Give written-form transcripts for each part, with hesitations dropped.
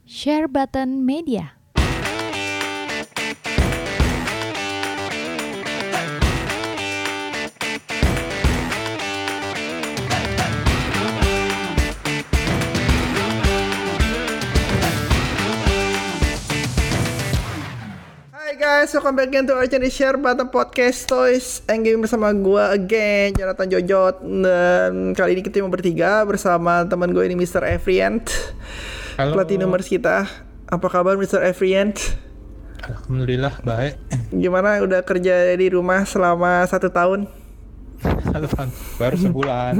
Share Button Media. Hai guys, welcome back again to our channel Share Button Podcast Toys and Game bersama gue again, Jonathan Jojot. Dan kali ini kita mau bertiga bersama teman gue ini Mr. Efriant. Halo. Platinumers kita. Apa kabar Mr. Efriant? Alhamdulillah baik. Gimana udah kerja di rumah selama 1 tahun? Baru sebulan.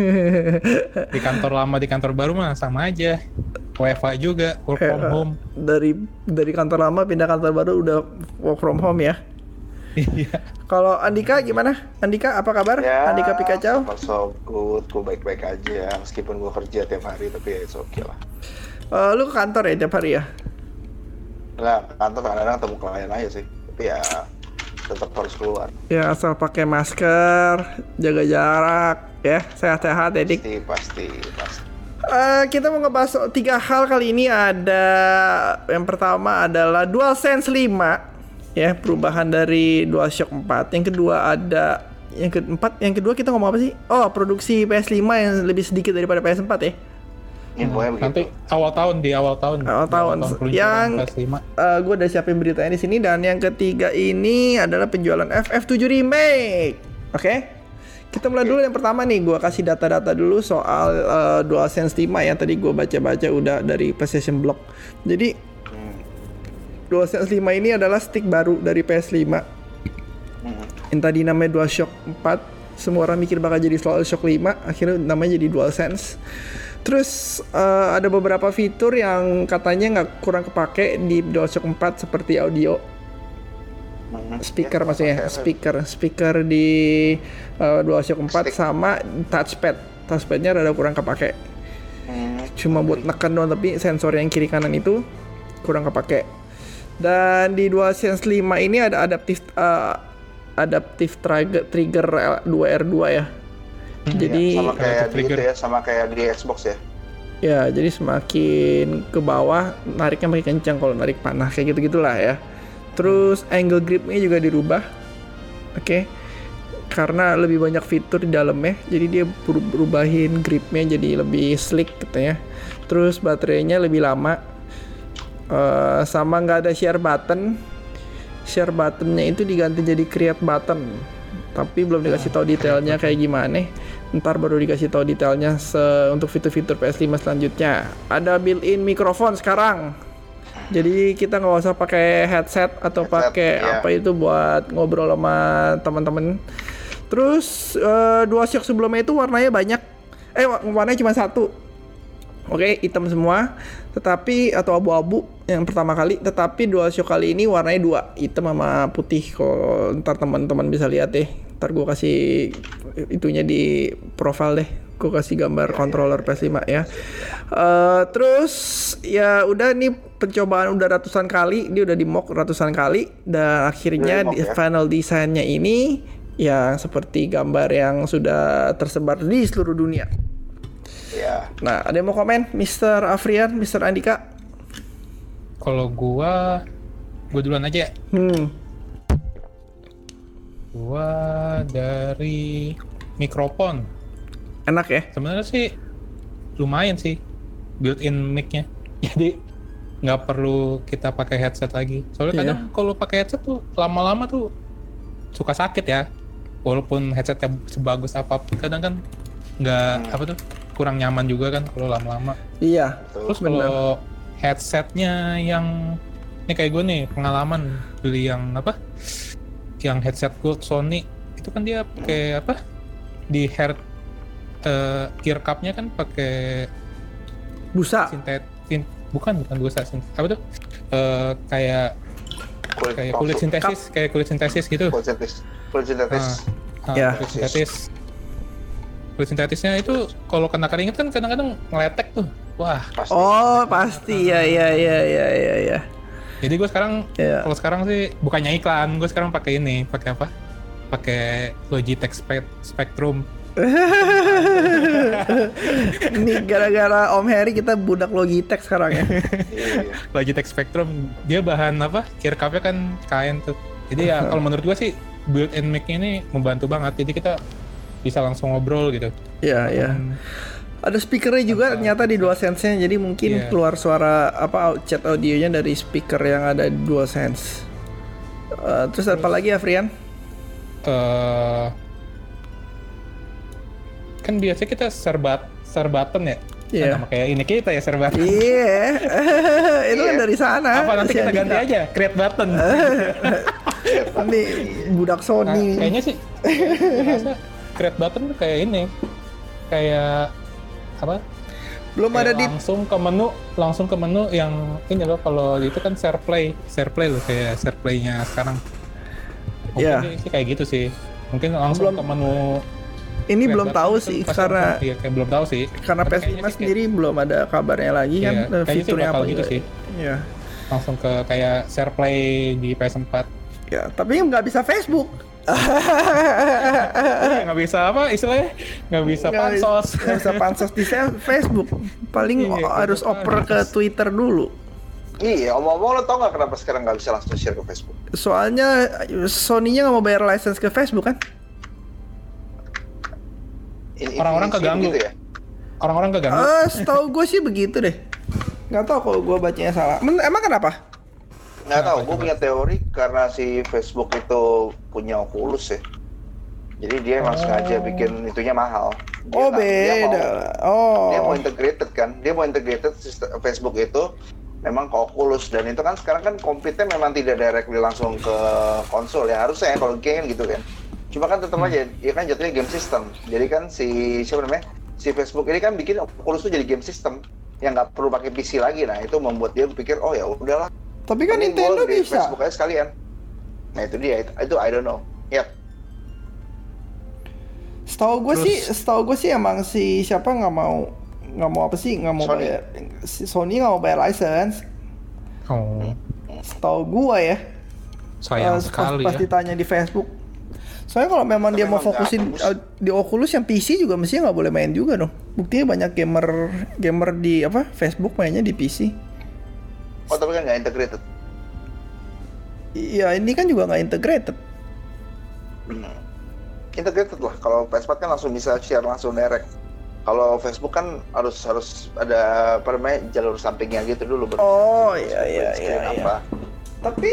Di kantor lama di kantor baru mah sama aja. WFA juga, work from home. Dari kantor lama pindah kantor baru udah work from home ya. Iya. Kalau Andika gimana? Andika apa kabar? Ya, Andika Pikacau? so good, gue baik-baik aja. Meskipun gue kerja tiap hari, tapi ya it's okay lah. Lu ke kantor ya tiap hari ya? Nggak, kantor kadang-kadang ketemu klien aja sih. Tapi ya tetap harus keluar. Ya asal pakai masker, jaga jarak, ya sehat-sehat ya Dik. Pasti. Kita mau ngebahas 3 hal kali ini. Ada yang pertama adalah DualSense 5, ya perubahan dari DualShock 4. Yang kedua ada yang kedua kita ngomong apa sih? Oh, produksi PS5 yang lebih sedikit daripada PS4 ya. Infonya begitu. Nanti awal tahun. Yang gue udah siapin beritanya di sini. Dan yang ketiga ini adalah penjualan FF7 Remake. Oke? Kita mulai dulu yang pertama nih, gue kasih data-data dulu soal DualSense 5 ya. Tadi gue baca-baca udah dari PlayStation Blog. Jadi DualSense 5 ini adalah stick baru dari PS5. Yang tadi namanya DualShock 4. Semua orang mikir bakal jadi DualShock 5, akhirnya namanya jadi DualSense. Terus ada beberapa fitur yang katanya kurang kepake di DualShock 4 seperti audio. Speaker maksudnya, speaker di DualShock 4 sama touchpadnya rada kurang kepake. Cuma buat neken doang, tapi sensor yang kiri kanan itu kurang kepake. Dan di DualSense 5 ini ada adaptive trigger 2R2 ya. Jadi sama kayak di itu ya, sama kayak di Xbox ya. Ya, jadi semakin ke bawah nariknya makin kencang kalau narik panah kayak gitu-gitulah ya. Terus angle gripnya juga dirubah. Oke. Karena lebih banyak fitur di dalamnya, jadi dia berubahin gripnya jadi lebih slick katanya. Terus baterainya lebih lama. Sama nggak ada share button. Share buttonnya itu diganti jadi create button. Tapi belum dikasih tahu detailnya kayak gimana. Ntar baru dikasih tahu detailnya untuk fitur-fitur PS5 selanjutnya. Ada built-in mikrofon sekarang. Jadi kita nggak usah pakai headset atau pakai apa itu buat ngobrol sama teman-teman. Terus DualShock sebelumnya itu warnanya banyak. Warnanya cuma 1. Oke, hitam semua. Tetapi atau abu-abu yang pertama kali. Tetapi DualShock kali ini warnanya 2, hitam sama putih. Kalau ntar teman-teman bisa lihat deh. Ntar gue kasih itunya di profile deh. Gue kasih gambar controller PS5 ya. Terus ya udah nih pencobaan udah ratusan kali, dia udah di mock ratusan kali dan akhirnya final desainnya ini yang seperti gambar yang sudah tersebar di seluruh dunia. Ya. Nah, ada yang mau komen, Mr. Afrian, Mr. Andika? Kalau gua duluan aja. Gua dari mikrofon. Enak ya? Sebenarnya sih lumayan sih built-in mic-nya. Jadi nggak perlu kita pakai headset lagi. Soalnya kadang kalau pakai headset tuh lama-lama tuh suka sakit ya. Walaupun headsetnya sebagus apapun, kadang kan nggak kurang nyaman juga kan kalau lama-lama. Iya. Terus kalau headsetnya yang ini kayak gue nih pengalaman beli yang headset Gold Sony itu kan dia pakai di ear cup-nya kan pakai busa. Bukan busa. Kayak kulit sintesis gitu. Kulit sintetis. Kulit sintetisnya itu kalau kena keringat kan kadang-kadang ngeletek tuh. Wah. Pasti ya. Jadi gue sekarang kalau sekarang sih bukannya iklan, gue sekarang pakai Logitech Spectrum Ini gara-gara Om Heri kita budak Logitech sekarang ya. Iya. Logitech Spectrum, dia bahan apa? Ear cup-nya kan kain tuh. Jadi ya kalau menurut gua sih built-in mic-nya ini membantu banget. Jadi kita bisa langsung ngobrol gitu. Iya, iya. Ada speakernya juga ternyata di DualSense-nya, jadi mungkin Iya. keluar suara chat audionya dari speaker yang ada di DualSense. Terus apa lagi ya, Frian? Kan biasanya kita share button ya. Iya. Sama kayak ini kita ya share button. Iya, itu kan dari sana. Apa nanti si kita ganti Andika. aja create button. Ini budak Nah, Sony. kayaknya sih rasa create button tuh kayak ini. Kayak apa? Belum ada Kayak di langsung ke menu yang ini loh, kalau itu kan share play loh, kayak share play-nya sekarang. Iya. Mungkin sih kayak gitu sih. Mungkin langsung Belum- ke menu. ini belum Create tahu button sih itu pas karena langsung, iya, kayak belum tahu sih. karena Tapi PS5 kayaknya sih sendiri belum ada kabarnya lagi kan Iya, kayaknya sih fiturnya bakal apa gitu juga. sih. Iya. Langsung ke kayak share play di PS4. Ya, tapi nggak bisa Facebook. Nggak bisa apa istilahnya? Nggak bisa pansos. Nggak bisa pansos di Facebook. Paling Iya, harus gitu, oper ke pansos. Twitter dulu. Iya, omong-omong lo tau nggak kenapa sekarang nggak bisa langsung share ke Facebook? Soalnya Sony-nya nggak mau bayar license ke Facebook kan? Orang-orang Infinity keganggu. gitu ya? Orang-orang keganggu. Setahu gue sih begitu deh. Nggak tahu kalau gue bacanya salah. Emang kenapa? Nggak tahu, Kenapa gue punya teori karena si Facebook itu punya Oculus ya. Jadi dia emang sengaja bikin itunya mahal. Dia Beda. Dia mau integrated kan, dia mau integrated sistem Facebook itu memang ke Oculus, dan itu kan sekarang kan compete-nya memang tidak directly langsung ke konsol ya, harusnya ya kalau game gitu kan. Cuma kan tetap aja, ya kan jatuhnya game system. Jadi kan si Facebook ini kan bikin Oculus itu jadi game system yang nggak perlu pakai PC lagi. Nah itu membuat dia pikir, oh ya udahlah. Tapi kan Mending Nintendo gua di bisa. Facebook aja sekalian. Nah itu dia, itu I don't know. Yap. Setahu gue sih emang si siapa nggak mau apa sih nggak mau Sony. bayar, si Sony nggak mau bayar license. Oh, Setahu gue ya. sayang Pas sekali ya. ditanya di Facebook. Soalnya kalau memang Tapi dia mau memang nggak fokusin bagus. di Oculus yang PC juga mestinya nggak boleh main juga dong. Buktinya banyak gamer di Facebook mainnya di PC. Oh tapi kan nggak integrated. Iya ini kan juga nggak integrated. Integrated lah. Kalau PS4 kan langsung bisa share langsung direct. Kalau Facebook kan harus ada apa namanya jalur sampingnya gitu dulu. Oh iya Screen iya. apa. Tapi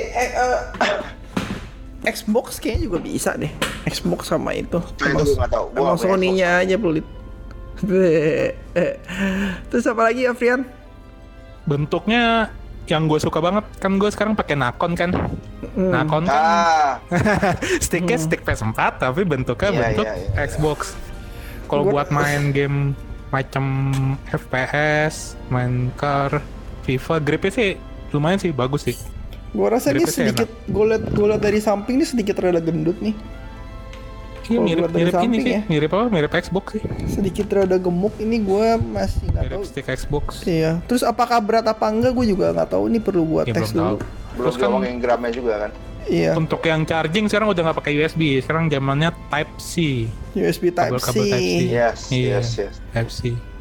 Xbox kayaknya juga bisa deh. Xbox sama itu. Nah, itu gua nggak tahu. Gua Emang nggak punya Sony-nya Xbox. aja pelit. Terus apa lagi ya, Frian? Bentuknya yang gue suka banget kan, gue sekarang pakai Nakon kan. Nakon kan sticknya stick PS4 tapi bentuknya Iya, bentuk iya, iya. Xbox. Kalau Gua- buat main game macam FPS, main car, FIFA, gripnya sih lumayan sih, bagus sih. Gua rasa ini Gripnya sih sedikit gue liat dari samping ini sedikit rada gendut nih. Iya, Kalau mirip buat dari ini samping sih, ya. mirip apa? Mirip Xbox sih. Sedikit rada gemuk ini gue masih nggak Mirip tahu. stick Xbox. Iya. Terus apakah berat apa enggak gue juga nggak tahu. Ini perlu buat Ya, tes belum tahu. dulu. Belum Terus kan diomongin gramnya juga kan. Iya. untuk yang charging sekarang udah nggak pakai USB, sekarang zamannya Type C. USB Type C. Kabel Type C. Yes, Iya. yes. Type C.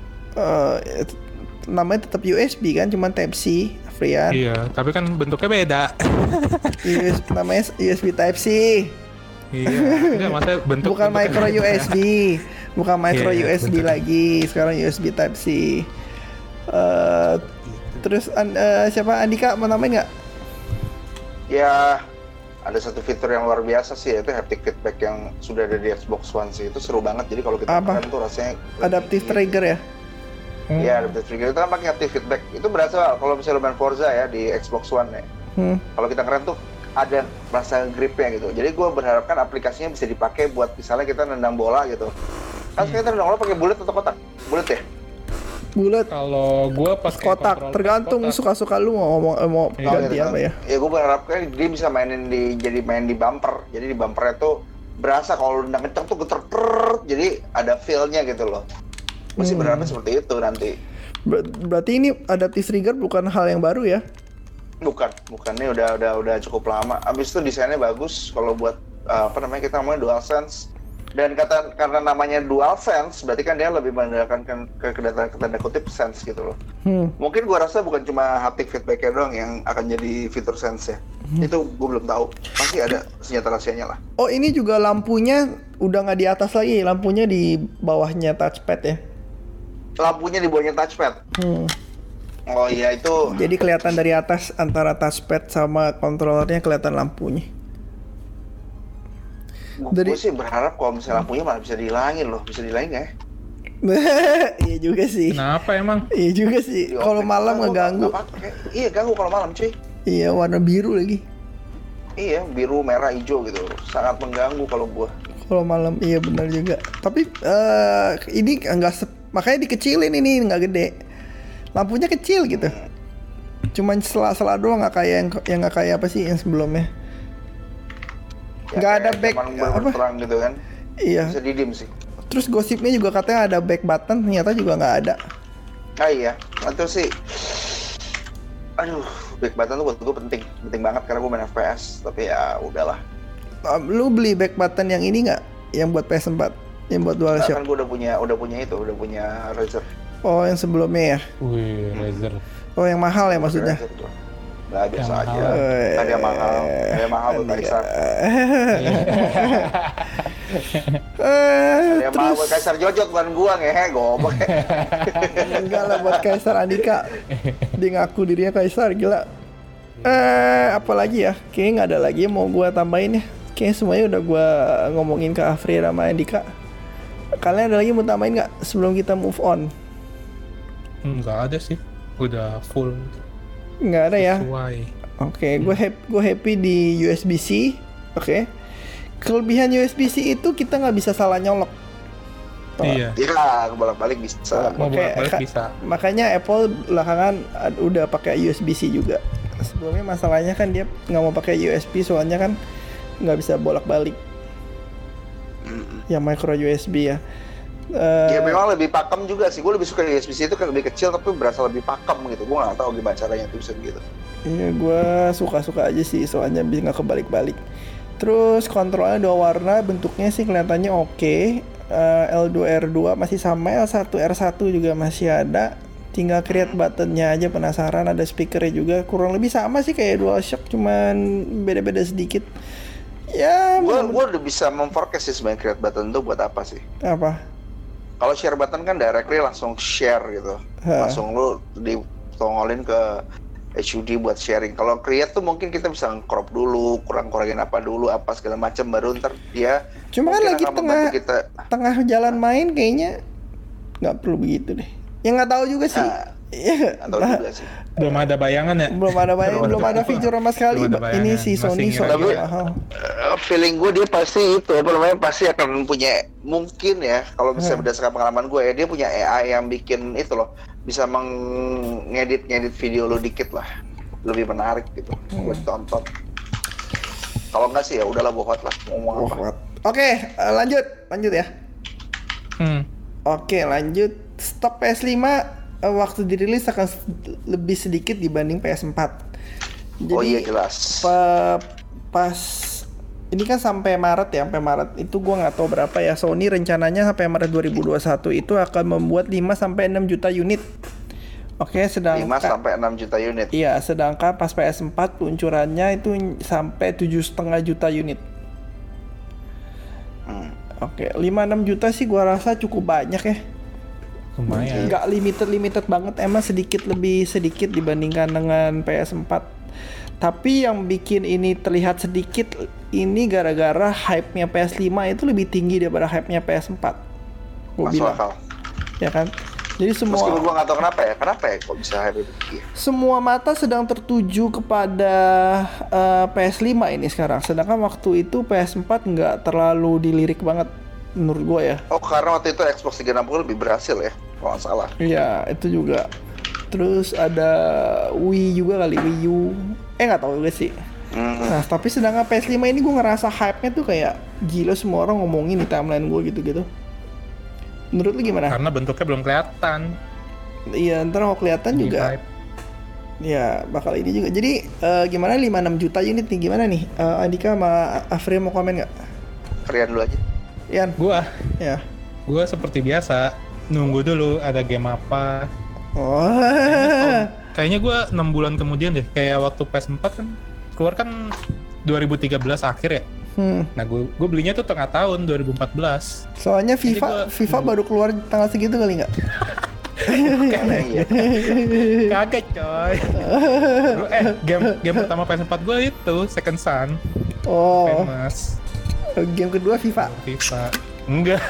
Namanya tetap USB kan, cuma Type C, Frian. Iya, tapi kan bentuknya beda. Namanya USB Type C. Iya, enggak maksudnya bentuk Bukan bentuknya micro beda. USB. Bukan micro Iya, USB bentuk. lagi. Sekarang USB Type C. Terus siapa Andika mau nambahin nggak? Ya, ada satu fitur yang luar biasa sih, yaitu haptic feedback yang sudah ada di Xbox One sih. Itu seru banget. Jadi kalau kita Apa? makan tuh rasanya Adaptive trigger ya? Iya, adaptive trigger itu kan pakai haptic feedback. Itu berasa kalau misalnya lo main Forza ya di Xbox One ya. Kalau kita keren tuh ada rasa gripnya gitu. Jadi gue berharapkan aplikasinya bisa dipakai buat misalnya kita nendang bola gitu. Kan sekarang kita nendang bola pakai bulat atau kotak? Bulat ya? Bulat, Kalau gua pas kayak kotak, kontrol tergantung kotak. suka-suka lu mau Iya, ganti apa ya? Ya gue berharapkan dia bisa mainin jadi main di bumper. Jadi di bumpernya tuh berasa kalau nendang kencang tuh geter, jadi ada feel-nya gitu loh. Masih berharapnya seperti itu nanti. Berarti ini adaptive trigger bukan hal yang baru ya? Bukan ini udah cukup lama. Abis itu desainnya bagus. Kalau buat apa namanya kita ngomongin DualSense, Dan karena namanya DualSense, berarti kan dia lebih mengandalkan ke tanda kutip sense gitu loh. Mungkin gua rasa bukan cuma haptic feedback-nya doang yang akan jadi fitur sense ya. Itu gua belum tahu. Pasti ada senjata rahasianya lah. Oh, ini juga lampunya udah nggak di atas lagi, lampunya di bawahnya touchpad ya. Lampunya di bawahnya touchpad. Oh iya itu. Jadi kelihatan dari atas antara touchpad sama kontrolernya kelihatan lampunya. Gue sih berharap kalau misalnya lampunya malah bisa dihilangin loh. Bisa dihilangin nggak ya? Iya juga sih. Kenapa emang? Iya juga sih. Kalau malam ngeganggu. Iya ganggu kalau malam cuy. Iya warna biru lagi. Iya biru, merah, hijau gitu. Sangat mengganggu kalau gua. Kalau malam iya benar juga. Tapi ini makanya dikecilin ini nggak gede. Lampunya kecil gitu. Cuman sela-sela doang nggak kayak yang nggak kayak apa sih yang sebelumnya. Nggak ada back apa? Terang gitu kan. Iya. Bisa didim sih. Terus gosipnya juga katanya ada back button, ternyata juga nggak ada. Ah iya, itu sih. Aduh, back button tuh buat gue penting banget karena gue main FPS. Tapi ya udahlah. Lu beli back button yang ini nggak? Yang buat PS4, yang buat DualShock? Kan gue udah punya Razer. Oh, yang sebelumnya ya? Wih, Razer. Oh, yang mahal ya maksudnya? Nah, biasa yang aja. Ada yang mahal buat Kaisar. Ada yang mahal buat Kaisar Jojot bukan gua ngehe, goblok. Enggak lah buat Kaisar Andika. Dia ngaku dirinya Kaisar, gila. Apalagi ya? Kayaknya nggak ada lagi yang mau gua tambahin ya. Kayaknya semuanya udah gua ngomongin ke Afri sama Andika. Kalian ada lagi mau tambahin nggak sebelum kita move on? Nggak ada sih. Udah full. Nggak ada ya? Sesuai. Oke, gue happy di USB-C. Oke. Kelebihan USB-C itu kita nggak bisa salah nyolok. Iya. Iya, bolak-balik bisa. Mau bolak-balik bisa. Makanya Apple belakangan udah pakai USB-C juga. Sebelumnya masalahnya kan dia nggak mau pakai USB soalnya kan nggak bisa bolak-balik. Yang micro USB ya. Ya memang lebih pakem juga sih. Gue lebih suka USB-C itu kan lebih kecil tapi berasa lebih pakem gitu. Gue nggak tahu gimana caranya tuh bisa gitu. Iya, gue suka-suka aja sih soalnya bisa nggak kebalik-balik. Terus kontrolnya 2 warna, bentuknya sih kelihatannya oke. L2 R2 masih sama, L1 R1 juga masih ada. Tinggal create buttonnya aja, penasaran. Ada speakernya juga, kurang lebih sama sih kayak DualShock, cuman beda-beda sedikit. Ya, gue udah bisa memforecast sih sebenarnya create button itu buat apa sih? Apa? Kalau share button kan directly langsung share gitu, langsung lu ditongolin ke HUD buat sharing. Kalau create tuh mungkin kita bisa crop dulu, kurang-kurangin apa dulu, apa segala macam, baru ntar dia. Cuma kan lagi tengah jalan main kayaknya nggak perlu begitu deh. Yang nggak tahu juga sih. Iya. Tahu juga sih. Belum ada bayangan ya? Belum ada fitur sama sekali. Ini si Sony soalnya mahal. Feeling gue dia pasti itu pasti akan punya, mungkin ya kalau misalnya berdasarkan pengalaman gue ya, dia punya AI yang bikin itu loh, bisa ngedit video lo dikit lah, lebih menarik gitu buat tonton. Kalau enggak sih ya udahlah bohot lah, ngomong apa. Oke, lanjut ya. Oke, lanjut. Stok PS5 waktu dirilis akan lebih sedikit dibanding PS4. Jadi, oh iya jelas. Pas ini kan sampai Maret ya, sampai Maret itu gua nggak tahu berapa ya. Sony rencananya sampai Maret 2021 itu akan membuat 5 sampai 6 juta unit. Oke, sedangkan 5 sampai 6 juta unit. Iya, sedangkan pas PS4 peluncurannya itu sampai 7,5 juta unit. Oke, 5-6 juta sih gua rasa cukup banyak ya. Lumayan. Nggak limited banget, emang lebih sedikit dibandingkan dengan PS4. Tapi yang bikin ini terlihat sedikit ini gara-gara hype-nya PS5 itu lebih tinggi daripada hype-nya PS4. Masuk akal. Ya kan? Jadi semua, meskipun gua nggak tahu kenapa ya kok bisa hype itu tinggi. Semua mata sedang tertuju kepada PS5 ini sekarang. Sedangkan waktu itu PS4 nggak terlalu dilirik banget menurut gua ya. Oh, karena waktu itu Xbox 360 lebih berhasil ya, kalau nggak salah. Iya, itu juga. Terus ada Wii juga kali, Wii U. Nggak tahu juga sih. Nah, tapi sedangkan PS5 ini gue ngerasa hype-nya tuh kayak gila, semua orang ngomongin di timeline gue gitu-gitu. Menurut lu gimana? Karena bentuknya belum kelihatan. Iya, ntar mau kelihatan juga. Hype. Ya, bakal ini juga. Jadi gimana 5-6 juta unit nih, gimana nih? Andika sama Afri mau komen nggak? Rian dulu aja. Ian. Gua Ya. seperti biasa nunggu dulu ada game apa. Oh. Kayaknya gue 6 bulan kemudian deh, kayak waktu PS4 kan keluar kan 2013 akhir ya. Nah gue belinya tuh tengah tahun 2014. Soalnya Jadi FIFA baru keluar tanggal segitu kali nggak? Iya. Kaget coy. Game pertama PS4 gue itu Second Son. Oh. Famous. Game kedua FIFA. Enggak.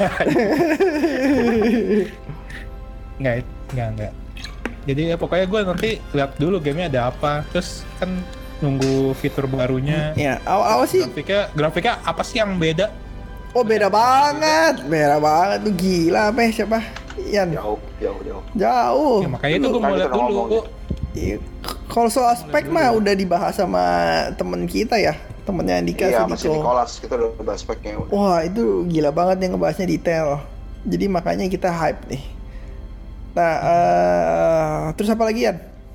Enggak. Jadi ya pokoknya gue nanti lihat dulu gamenya ada apa. Terus kan nunggu fitur barunya. Ya, awal sih. Grafiknya apa sih yang beda? Oh, beda banget tuh, gila apa siapa? Ian. Jauh. Ya, makanya itu gue mau lihat dulu. Iya. Kalau soal spek mah udah dibahas sama temen kita ya, temennya Andika. Iya, masih Nicholas, kita udah bahas speknya. Wah, itu gila banget yang ngebahasnya detail. Jadi makanya kita hype nih. Nah, terus apa lagi, Yan?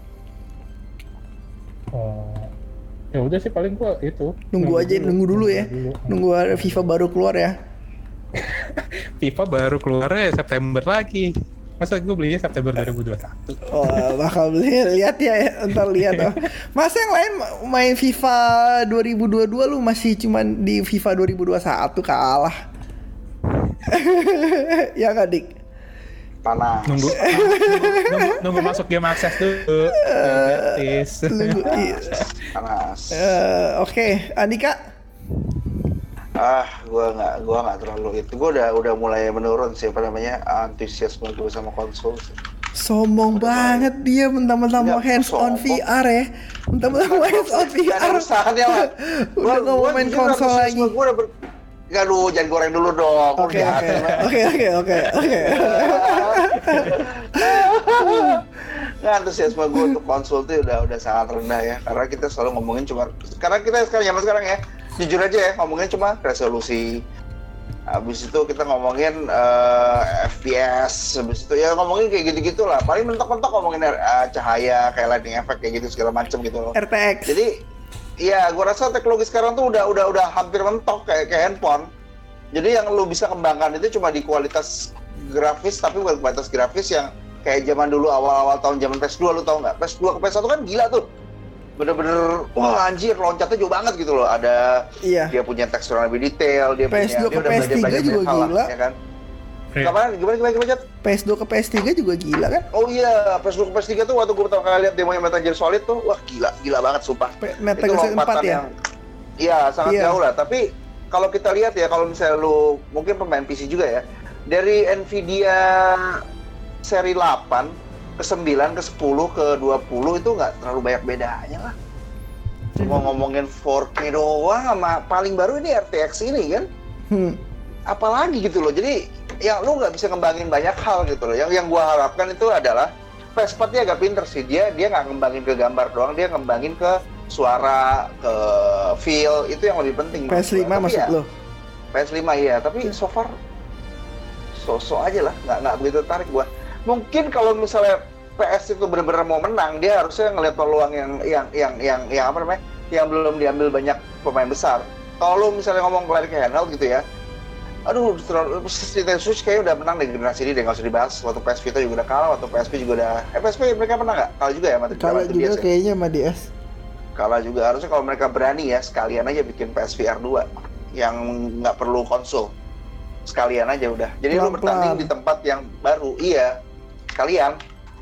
Ya udah sih paling gua itu. Nunggu dulu ya. Nunggu FIFA baru keluar ya. FIFA baru keluar ya September lagi. Masa gue belinya September 2021? Oh, bakal beli. Lihat ya, ntar lihat. Masa yang lain main FIFA 2022 lu masih cuman di FIFA 2021 kalah. Ya nggak, Dik? Panas. Nunggu masuk game akses dulu. Gratis. Panas. Oke, Andika. Gua nggak terlalu itu. Gua udah mulai menurun sih antusiasme gue sama konsol. Sombong banget dia, mentang-mentang mau hands on VR ya. Mentang-mentang mau hands on VR. Udah nggak mau main konsol lagi. Aduh, jangan goreng dulu dong. Oke. Nah, antusiasme gue untuk konsol tuh udah sangat rendah ya. Karena kita selalu ngomongin karena kita sekarang ya. Jujur aja ya, ngomongin cuma resolusi. Habis itu kita ngomongin FPS, habis itu ya ngomongin kayak gitu-gitu lah. Paling mentok-mentok ngomongin cahaya, kayak lighting effect kayak gitu segala macam gitu loh. RTX. Jadi, iya, gua rasa teknologi sekarang tuh udah hampir mentok kayak handphone. Jadi yang lu bisa kembangkan itu cuma di kualitas grafis, tapi bukan kualitas grafis yang kayak zaman dulu awal-awal tahun zaman PS2, lu tau nggak? PS2 ke PS1 kan gila tuh. Bener-bener wah anjir loncatnya jauh banget gitu loh. Ada dia punya tekstur yang lebih detail, dia PS2 ke PS3 juga gila ya kan. Gimana Cat? PS2 ke PS3 juga gila kan? Oh iya, PS2 ke PS3 tuh waktu gue pertama kali lihat demonya Metal Gear Solid tuh, wah gila banget sumpah. Metal Gear Solid 4 ya? Iya, sangat jauh lah. Tapi kalau kita lihat ya, kalau misalnya lu mungkin pemain PC juga ya, dari Nvidia seri 8 ke 9, ke 10, ke 20 itu nggak terlalu banyak bedanya lah. Cuma ngomongin 4K doang sama paling baru ini RTX ini kan. Apalagi gitu loh. Jadi yang lu nggak bisa ngembangin banyak hal gitu loh. Yang gua harapkan itu adalah PS4 dia agak pinter sih. Dia nggak ngembangin ke gambar doang, dia ngembangin ke suara, ke feel, itu yang lebih penting. PS5 maksud ya, lo? PS5 iya, tapi so far so-so aja lah, nggak begitu tertarik gua. Mungkin kalau misalnya PS itu benar-benar mau menang, dia harusnya ngelihat peluang yang apa namanya, yang belum diambil banyak pemain besar. Kalau misalnya ngomong kayak handheld gitu ya, aduh, Nintendo Switch kayaknya udah menang deh generasi ini deh, nggak usah dibahas. Waktu PS Vita juga udah kalah, waktu PSP juga udah, PSP mereka menang nggak? Kalah juga ya sama kalah juga DS, kayaknya sama DS. Kalah juga, harusnya kalau mereka berani ya, sekalian aja bikin PSVR 2 yang nggak perlu konsol. Sekalian aja udah. Jadi lu bertanding di tempat yang baru, iya. Sekalian.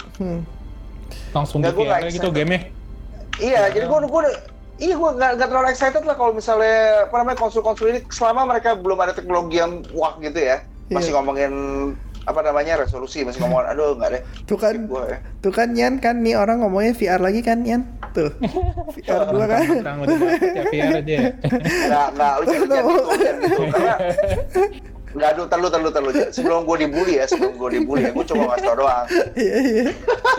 Langsung di VR gitu gamenya. Iya, jadi gue nggak terlalu excited lah kalau misalnya konsol-konsol ini selama mereka belum ada teknologi yang wah gitu ya. Masih ngomongin resolusi, masih ngomongin aduh nggak deh. Tuh kan Yan kan nih orang ngomongin VR lagi kan Yan. Tuh. VR 2 kan. Ya VR aja. Nggak lu jangan gitu karena nggak, terlalu. Sebelum gue dibully ya, gue cuma ngasih tau doang. Iya.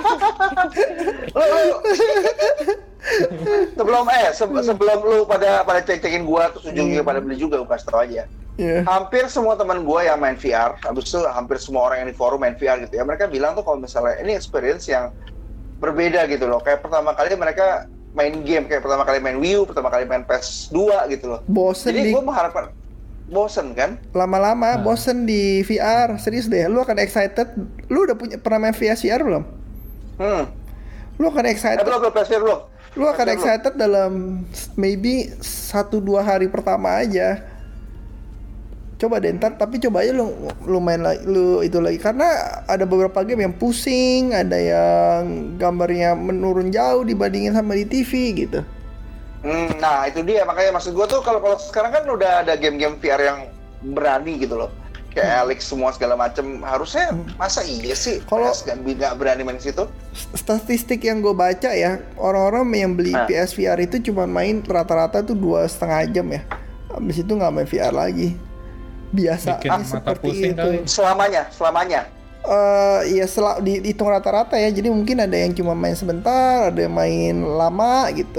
Sebelum lu pada cek-cekin gue, terus ujungnya pada beli juga, gue kasih tau aja. Hampir semua teman gue yang main VR, habis itu hampir semua orang yang di forum main VR gitu ya, mereka bilang tuh kalau misalnya ini experience yang berbeda gitu loh. Kayak pertama kali mereka main game, kayak pertama kali main Wii U, pertama kali main PS2 gitu loh. Bosen. Jadi gue mengharapkan bosen kan? Lama-lama bosen di VR, serius deh. Lu akan excited. Lu udah pernah main VR belum? Lu akan excited. Belum PS4 belum. Lu akan excited dalam maybe 1-2 hari pertama aja. Coba deh ntar, tapi coba aja lu main lagi, lu itu lagi, karena ada beberapa game yang pusing, ada yang gambarnya menurun jauh dibandingin sama di TV gitu. Nah itu dia, makanya maksud gue tuh kalau sekarang kan udah ada game-game VR yang berani gitu loh, kayak Alex semua segala macem. Harusnya masa iya sih kalau nggak berani main situ? Statistik yang gue baca ya, orang-orang yang beli PSVR itu cuma main rata-rata tuh 2,5 jam ya, habis itu nggak main VR lagi. Biasa seperti itu. Selamanya. Iya dihitung rata-rata ya. Jadi mungkin ada yang cuma main sebentar, ada yang main lama gitu.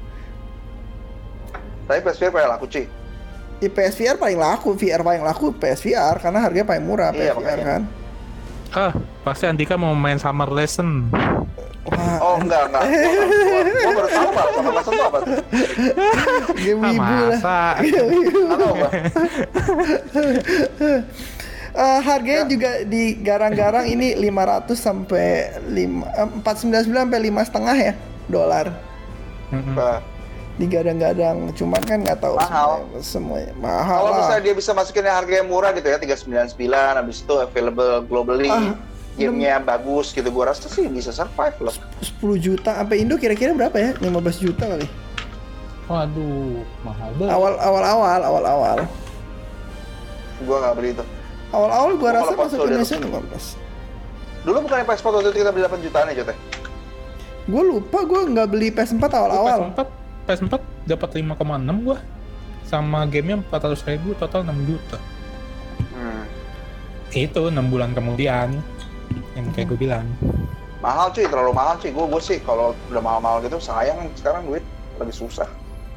Tapi PSVR paling laku cuy. Ya, PSVR paling laku, VR paling laku PSVR karena harganya paling murah. Iya, PSVR kan. Pasti Andika mau main Summer Lesson. Wah, oh enggak. Gua baru tahu Pak, Summer Lesson itu apa tuh? Game ibu lah. Tahu Pak. Harganya juga di garang-garang ini 499 sampai 5,5 ya $. Digadang-gadang, cuman kan nggak tahu semuanya mahal. Kalau misalnya dia bisa masukin harga yang murah gitu ya, 399, habis itu available globally, gamenya bagus gitu, gua rasa sih bisa survive loh. 10 juta sampai Indo kira-kira berapa ya? 15 juta kali. Waduh, mahal banget. Awal-awal. Gua nggak beli itu. Awal-awal gua rasa masuk Indonesia 15. Dulu bukan PS4 waktu itu kita beli 8 jutaan ya, Jot? Gua lupa, gua nggak beli PS4 awal-awal. PS4 dapat 5,6 gua. Sama gamenya 400.000, total 6 juta. Itu 6 bulan kemudian yang kayak gue bilang. Mahal cuy, terlalu mahal cuy. Gue sih kalau udah mahal-mahal gitu sayang, sekarang duit lagi susah.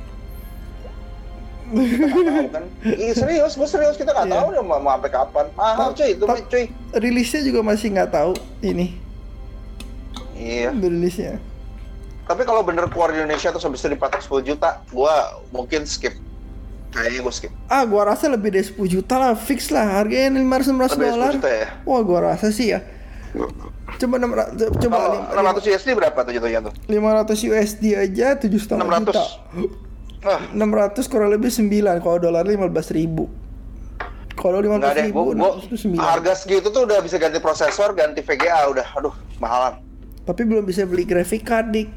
Kita kan? Serius, gue serius, kita nggak tahu udah mau sampai kapan. Mahal cuy, itu cuy. Rilisnya juga masih nggak tahu ini. Iya. Rilisnya. Tapi kalau bener keluar di Indonesia terus habis itu dipatok 10 juta, gue mungkin skip. Kayaknya gue skip. Gua rasa lebih dari 10 juta lah, fix lah. Harganya $500 $600. Ya? Wah, gua rasa sih ya. Coba 600 USD berapa tuh jatuhnya tuh? 500 USD aja 7,5 juta. 600 kurang lebih 9, kalau dolar 15.000. Kalau 15.000 itu 9. Harga segitu tuh udah bisa ganti prosesor, ganti VGA, udah aduh mahalan. Tapi belum bisa beli graphic card, Dik.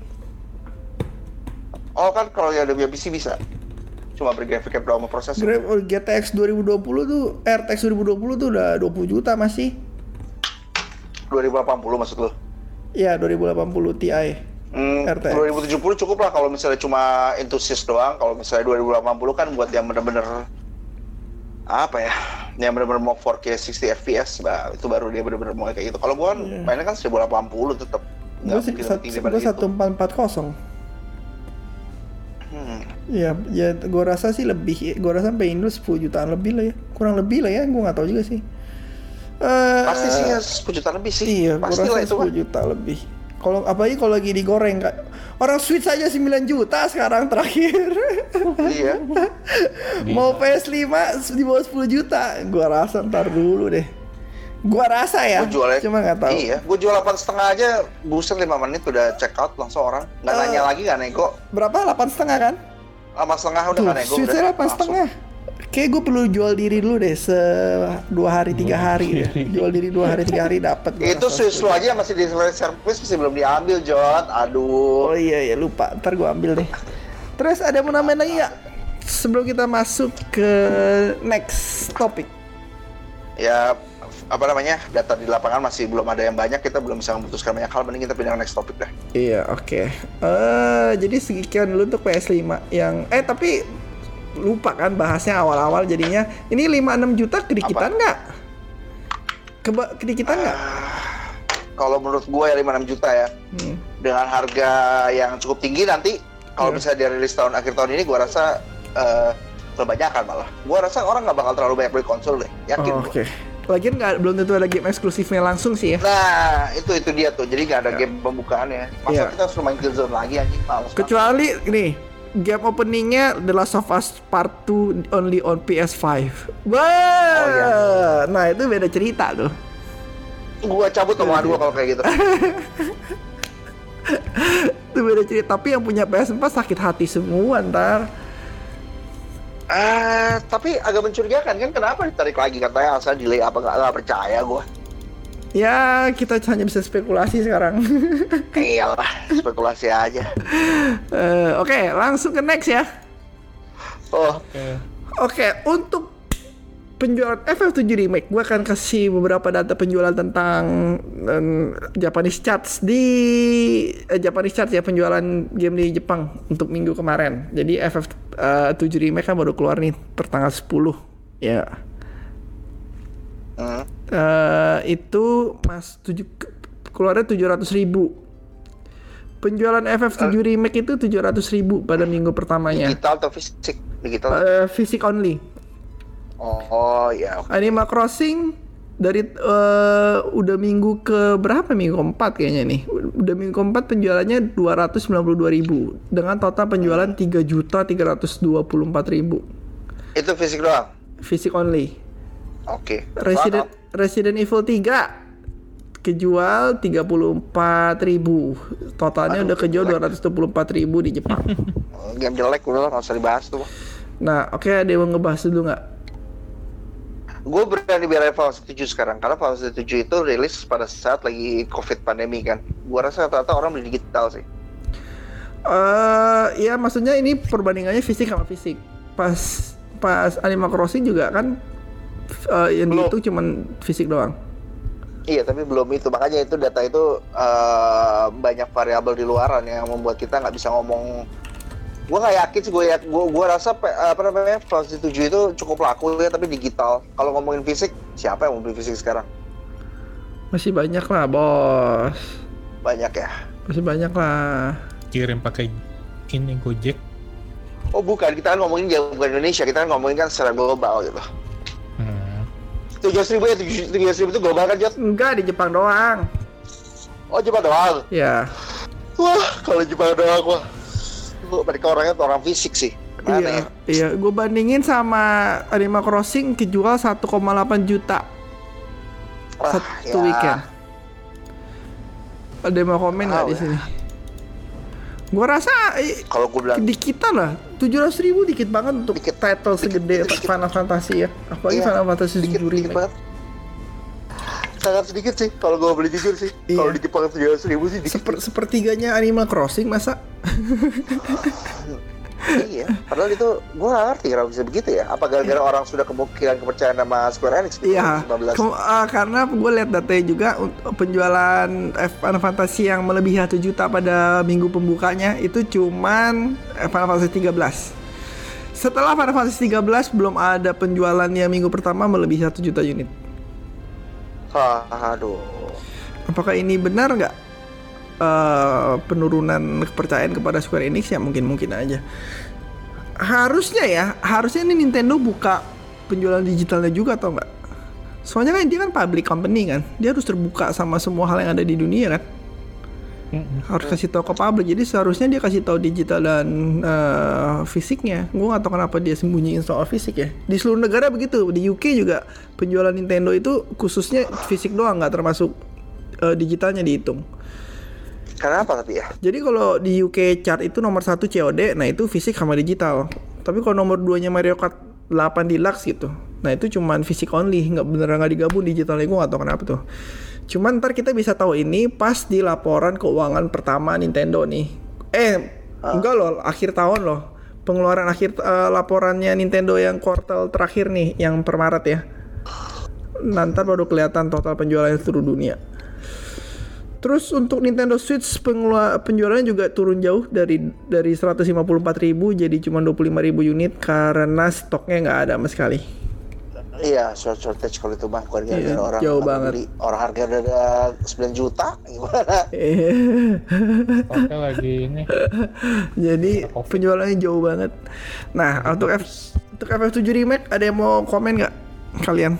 Oh kan kalau yang ada PC bisa. Cuma beli graphic card sama prosesor. GTX 2020 tuh, RTX 2020 tuh udah 20 juta masih. 2080 maksud lo? Iya, 2080 Ti. RTX 2070 cukup lah kalau misalnya cuma enthusiast doang. Kalau misalnya 2080 kan buat yang bener-bener apa ya, yang bener-bener mau 4K 60 FPS, bah, itu baru dia bener-bener mau kayak gitu. Kalau gua kan mainnya kan 1080 tetap. Gua 1440. Ya, gue rasa sih lebih. Gue rasa sampai Indo 10 jutaan lebih lah ya. Kurang lebih lah ya, gue nggak tahu juga sih. Pasti sih ya 10 juta lebih sih. Iya, gue rasa 10 juta lebih. Kalau apalagi kalau lagi digoreng, Kak. Orang Switch aja 9 juta sekarang terakhir. Iya. Mau PS5 di bawah 10 juta. Gue rasa ntar dulu deh. Gua rasa ya, cuma nggak tahu. Iya, gua jual 8,5 aja, buset 5 menit udah check out langsung orang. Nggak nanya lagi, nggak nego. Berapa? 8,5 kan? 8,5 udah nggak nego. Switch-nya 8,5. Kayak gue perlu jual diri dulu deh, 2 hari 3 hari deh. Jual diri 2 hari 3 hari dapat. Itu Switch lu aja masih di service, masih belum diambil, Jot. Aduh. Oh iya lupa, ntar gua ambil deh. Terus ada mau nambahin lagi nggak? Sebelum kita masuk ke next topic. Ya, apa namanya, data di lapangan masih belum ada yang banyak, kita belum bisa memutuskan banyak hal, mending kita pindah ke next topik dah. Iya, oke. Jadi sekian dulu untuk PS5 yang tapi lupa kan bahasnya awal-awal jadinya. Ini 5-6 juta kedikitan nggak? Kedikitan nggak? Kalau menurut gue ya 5-6 juta ya. Dengan harga yang cukup tinggi nanti kalau bisa dia rilis tahun akhir tahun ini, gue rasa kebanyakan malah. Gue rasa orang nggak bakal terlalu banyak beli konsol deh, yakin. Oke. Lagian belum tentu ada game eksklusifnya langsung sih ya. Nah, itu dia tuh. Jadi nggak ada game pembukaannya. Masa kita harus main Killzone lagi anjing, males. Kecuali nih, game openingnya The Last of Us Part 2 only on PS5. Wah, iya. nah itu beda cerita tuh. Gua cabut omongan gua kalau kayak gitu. Itu beda cerita. Tapi yang punya PS4 sakit hati semua ntar. Tapi agak mencurigakan kan, kenapa ditarik lagi, katanya alasan delay apa, nggak percaya gua. Ya kita hanya bisa spekulasi sekarang. Iyalah, spekulasi aja. Oke, langsung ke next ya. Oh, Oke, untuk penjualan FF7 Remake, gue akan kasih beberapa data penjualan tentang Japanese charts Japanese charts ya, penjualan game di Jepang untuk minggu kemarin. Jadi FF7 Remake kan baru keluar nih pertanggal 10 ya. Itu keluarnya 700.000. Penjualan FF7 Remake itu 700.000 pada minggu pertamanya. digital atau fisik? Digital. Fisik only. Oh ya. Animal Crossing dari udah minggu ke berapa? Minggu keempat kayaknya nih. Udah minggu keempat penjualannya 292.000 dengan total penjualan 3.324.000. Itu fisik doang. Fisik only. Oke. Resident Evil 3 kejual 34.000. Totalnya udah kejual 224.000 di Jepang. Game jelek udah nggak usah dibahas tuh. Nah, oke, ada yang mau ngebahas dulu nggak? Gue berani bilang Final Fantasy 7 sekarang, karena Final Fantasy 7 itu rilis pada saat lagi COVID pandemi kan. Gue rasa rata-rata orang beli digital sih. Ya maksudnya ini perbandingannya fisik sama fisik. Pas Animal Crossing juga kan yang Belum. itu cuman fisik doang. Iya, tapi belum itu. Makanya itu data itu banyak variabel di luaran yang membuat kita nggak bisa ngomong. Gue nggak yakin sih, gue rasa Final Fantasy 7 itu cukup laku ya, tapi digital. Kalau ngomongin fisik, siapa yang mau beli fisik sekarang? Masih banyak lah, bos. Banyak ya. Masih banyak lah. Kirim pakai ini Gojek. Oh bukan, kita kan ngomongin bukan Indonesia, kita kan ngomongin kan secara global gitu. 700.000 ya, 700.000 itu global kan, Jot? Enggak, di Jepang doang. Oh, Jepang doang? Ya. Wah, kalau Jepang doang, wah. Mereka orangnya orang fisik sih. Mana ya? Iya. Gue bandingin sama Animal Crossing kejual 1,8 juta satu weekend. Ada yang mau komen nggak di sini? Gue rasa kalau gue bilang dikitan lah. 700.000 dikit banget untuk title segede Final Fantasy ya. Apalagi Final Fantasy 7 Remake. Banget. Sangat sedikit sih kalau gue beli jujur sih. Iya. Kalau di Jepang 700.000 sih dikit. Sepertiganya Animal Crossing masa? Iya, padahal itu gue gak ngerti kenapa bisa begitu ya. Apa gara-gara orang sudah kepercayaan sama Square Enix? Iya, karena gue lihat datanya juga penjualan Final Fantasy yang melebihi 1 juta pada minggu pembukanya itu cuman Final Fantasy 13. Setelah Final Fantasy 13 belum ada penjualan yang minggu pertama melebihi 1 juta unit. Aduh. Apakah ini benar nggak? Penurunan kepercayaan kepada Square Enix ya mungkin aja. Harusnya ini Nintendo buka penjualan digitalnya juga atau enggak? Soalnya kan dia kan public company kan, dia harus terbuka sama semua hal yang ada di dunia kan. Harus kasih tahu ke public, jadi seharusnya dia kasih tahu digital dan fisiknya. Gue nggak tahu kenapa dia sembunyiin soal fisik ya. Di seluruh negara begitu, di UK juga penjualan Nintendo itu khususnya fisik doang, nggak termasuk digitalnya dihitung. Kenapa tapi ya? Jadi kalau di UK chart itu nomor 1 COD, nah itu fisik sama digital. Tapi kalau nomor 2-nya Mario Kart 8 Deluxe gitu, nah itu cuman fisik only, nggak digabung digitalnya. Gue nggak tahu kenapa tuh. Cuman ntar kita bisa tahu ini pas di laporan keuangan pertama Nintendo nih. Enggak loh, akhir tahun loh. Pengeluaran akhir laporannya Nintendo yang kuartal terakhir nih, yang per Maret ya. Nanti baru kelihatan total penjualannya seluruh dunia. Terus untuk Nintendo Switch penjualannya juga turun jauh dari 154.000 jadi cuma 25.000 unit karena stoknya nggak ada sama sekali. Iya, shortage kalau itu mah keluarga orang jauh banget. Beli. Orang harga udah 9 juta gimana? Oke lagi ini. Jadi penjualannya jauh banget. Nah, untuk FF7 Remake ada yang mau komen nggak kalian?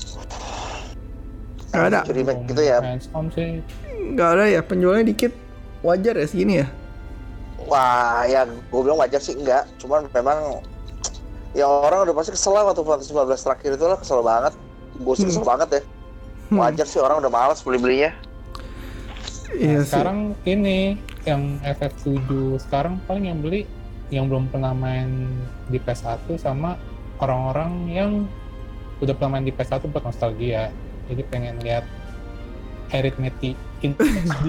Nggak ada. Remake gitu ya. Hands-on sih. Nggak ada ya, penjualannya dikit. wajar ya segini ya? Wah, ya gue bilang wajar sih enggak. Cuman memang ya orang udah pasti kesel lah waktu Final Fantasy 15 terakhir itu lah, kesel banget. Gue sih kesel banget ya. Wajar sih orang udah malas beli-belinya. Iya sih. Sekarang ini yang FF7 sekarang paling yang beli yang belum pernah main di PS1 sama orang-orang yang udah pernah main di PS1 buat nostalgia. Jadi pengen lihat Arithmetic in HD.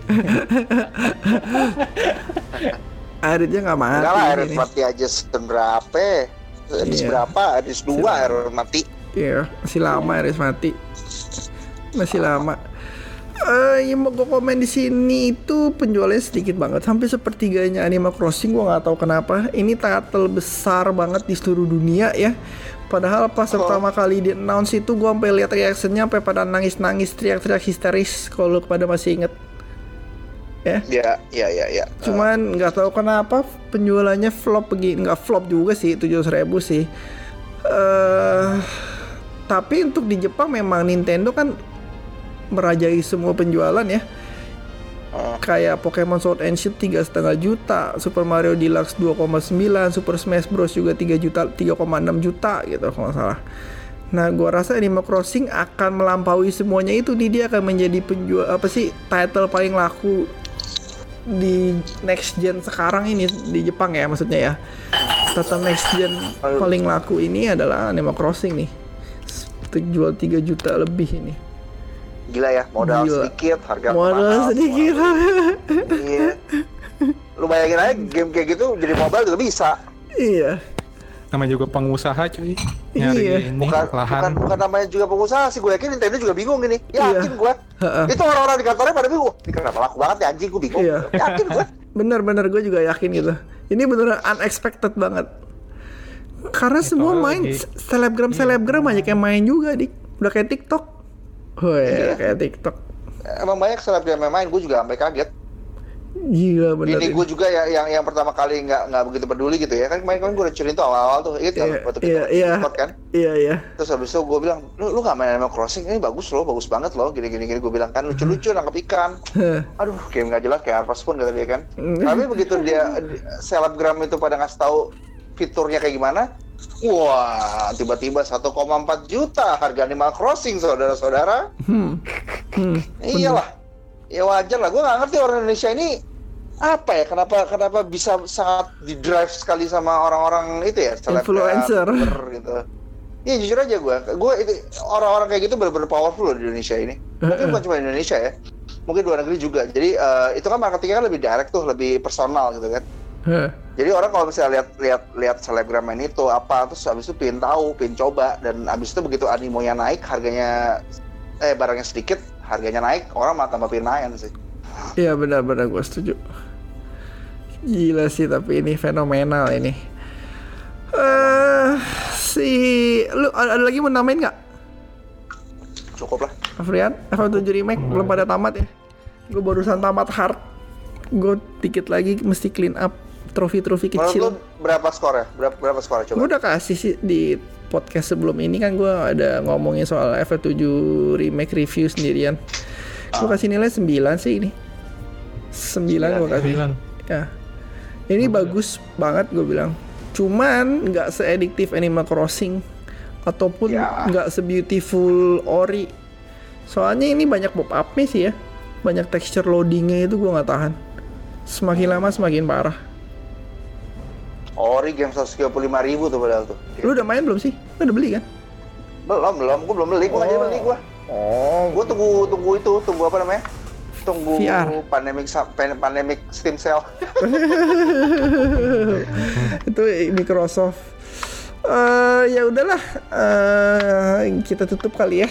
Aritnya nggak mati. Enggak lah, ini. Arit mati aja season berapa? Edis Iya. berapa? Edis 2 Arit mati. Iya, masih lama Aris mati. Masih lama. Yang mau gue komen di sini itu penjualannya sedikit banget, hampir sepertiganya Animal Crossing. Gue nggak tahu kenapa. Ini title besar banget di seluruh dunia ya. Padahal pas pertama kali di announce itu gue sampai lihat reaksinya sampai pada nangis-nangis, teriak-teriak histeris. Kalau pada masih inget. Ya. Ya. Cuman nggak tahu kenapa penjualannya flop begini. Nggak flop juga sih, 700.000 sih. Tapi untuk di Jepang memang Nintendo kan merajai semua penjualan ya. Kayak Pokemon Sword and Shield 3,5 juta, Super Mario Deluxe 2,9, Super Smash Bros juga 3,6 juta gitu kalau nggak salah. Nah, gua rasa Animal Crossing akan melampaui semuanya itu. Dia akan menjadi title paling laku di next gen sekarang ini di Jepang ya, maksudnya ya. Title next gen paling laku ini adalah Animal Crossing nih. Jual 3 juta lebih ini. Gila ya, modal Gila. sedikit, harga Modal mahal. sedikit. Iya. Lu bayangin aja game kayak gitu jadi mobile juga bisa. Iya. Namanya juga pengusaha cuy. Iya. Nyari ini lahan. Bukan namanya juga pengusaha sih, gue yakin Nintendo juga bingung ini. Yakin Iya. gue. Ha-ha. Itu orang-orang di kantornya pada bingung. Ini kenapa laku banget ya anjing, gue bingung. Iya. Yakin gue. Bener-bener gue juga yakin gitu. Ini beneran unexpected banget. Karena semua main lagi. selebgram banyak yang main juga dik. Udah kayak TikTok. Iya. Kayak TikTok. Emang banyak selebgram yang main, gue juga sampai kaget. Gila bener. Ini gue juga yang pertama kali nggak begitu peduli gitu ya kan, kemarin gue udah cerita tuh awal-awal tuh, inget kan waktu kita record kan. Iya. Terus habis itu gue bilang, lu nggak main Animal Crossing, ini bagus banget loh, gini gue bilang kan lucu-lucu nangkep ikan. Aduh, game nggak jelas kayak Harvest Moon kata dia kan. Tapi begitu dia selebgram itu pada ngasih tahu fiturnya kayak gimana, wah tiba-tiba 1,4 juta harga Animal Crossing saudara-saudara. Iyalah, ya wajar lah. Gue nggak ngerti orang Indonesia ini apa ya, kenapa bisa sangat di drive sekali sama orang-orang itu ya, Influencer gitu. Iya jujur aja gue itu orang-orang kayak gitu benar-benar powerful loh di Indonesia ini. Mungkin bukan cuma di Indonesia ya, mungkin luar negeri juga. Jadi itu kan marketingnya kan lebih direct tuh, lebih personal gitu kan. Jadi orang kalau misalnya lihat selebgram main itu apa, terus habis itu pengen tahu, pengen coba, dan habis itu begitu animonya naik, harganya barangnya sedikit, harganya naik, orang malah tambah pengen main sih. Iya benar-benar gue setuju. Gila sih, tapi ini fenomenal ini. Lu ada lagi mau namain nggak? Cukup lah. Afrian, FF7 Remake belum pada tamat ya. Gue barusan tamat hard. Gue dikit lagi mesti clean up trofi-trofi Menurut lu kecil. berapa skornya? Berapa skornya coba? Gue udah kasih sih di podcast sebelum ini kan, gue ada ngomongin soal FF7 Remake review sendirian. Gue kasih nilai 9 sih ini. 9 gue kasih. 9. Ya. Ini bagus banget gue bilang. Cuman nggak se-addictive Animal Crossing ataupun nggak se-beautiful Ori. Soalnya ini banyak pop-up-nya sih ya. Banyak texture loadingnya itu gue nggak tahan. Semakin lama semakin parah. Ori game 135.000 tuh padahal tuh. Lu udah main belum sih? Lu udah beli kan? Belum, gue belum beli, gue nggak jadi beli gue. Gue tunggu apa namanya? Tunggu VR. pandemic Steam sale. Itu Microsoft. Ya udahlah, kita tutup kali ya.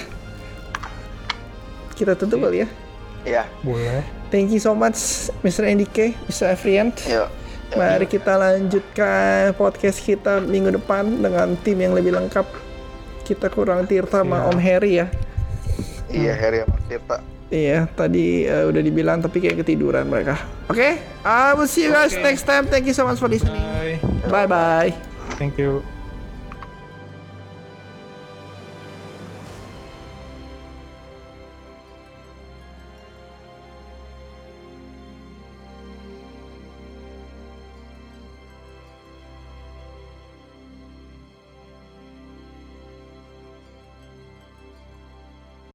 Iya. Boleh. Thank you so much Mr. NDK, Mr. Afrian. Yuk. Mari kita lanjutkan podcast kita minggu depan dengan tim yang lebih lengkap. Kita kurang Tirta sama Om Harry ya. Iya, Harry sama Tirta. Iya, tadi udah dibilang tapi kayak ketiduran mereka. Oke, I will see you guys next time. Thank you so much for listening. Bye. Bye bye. Thank you.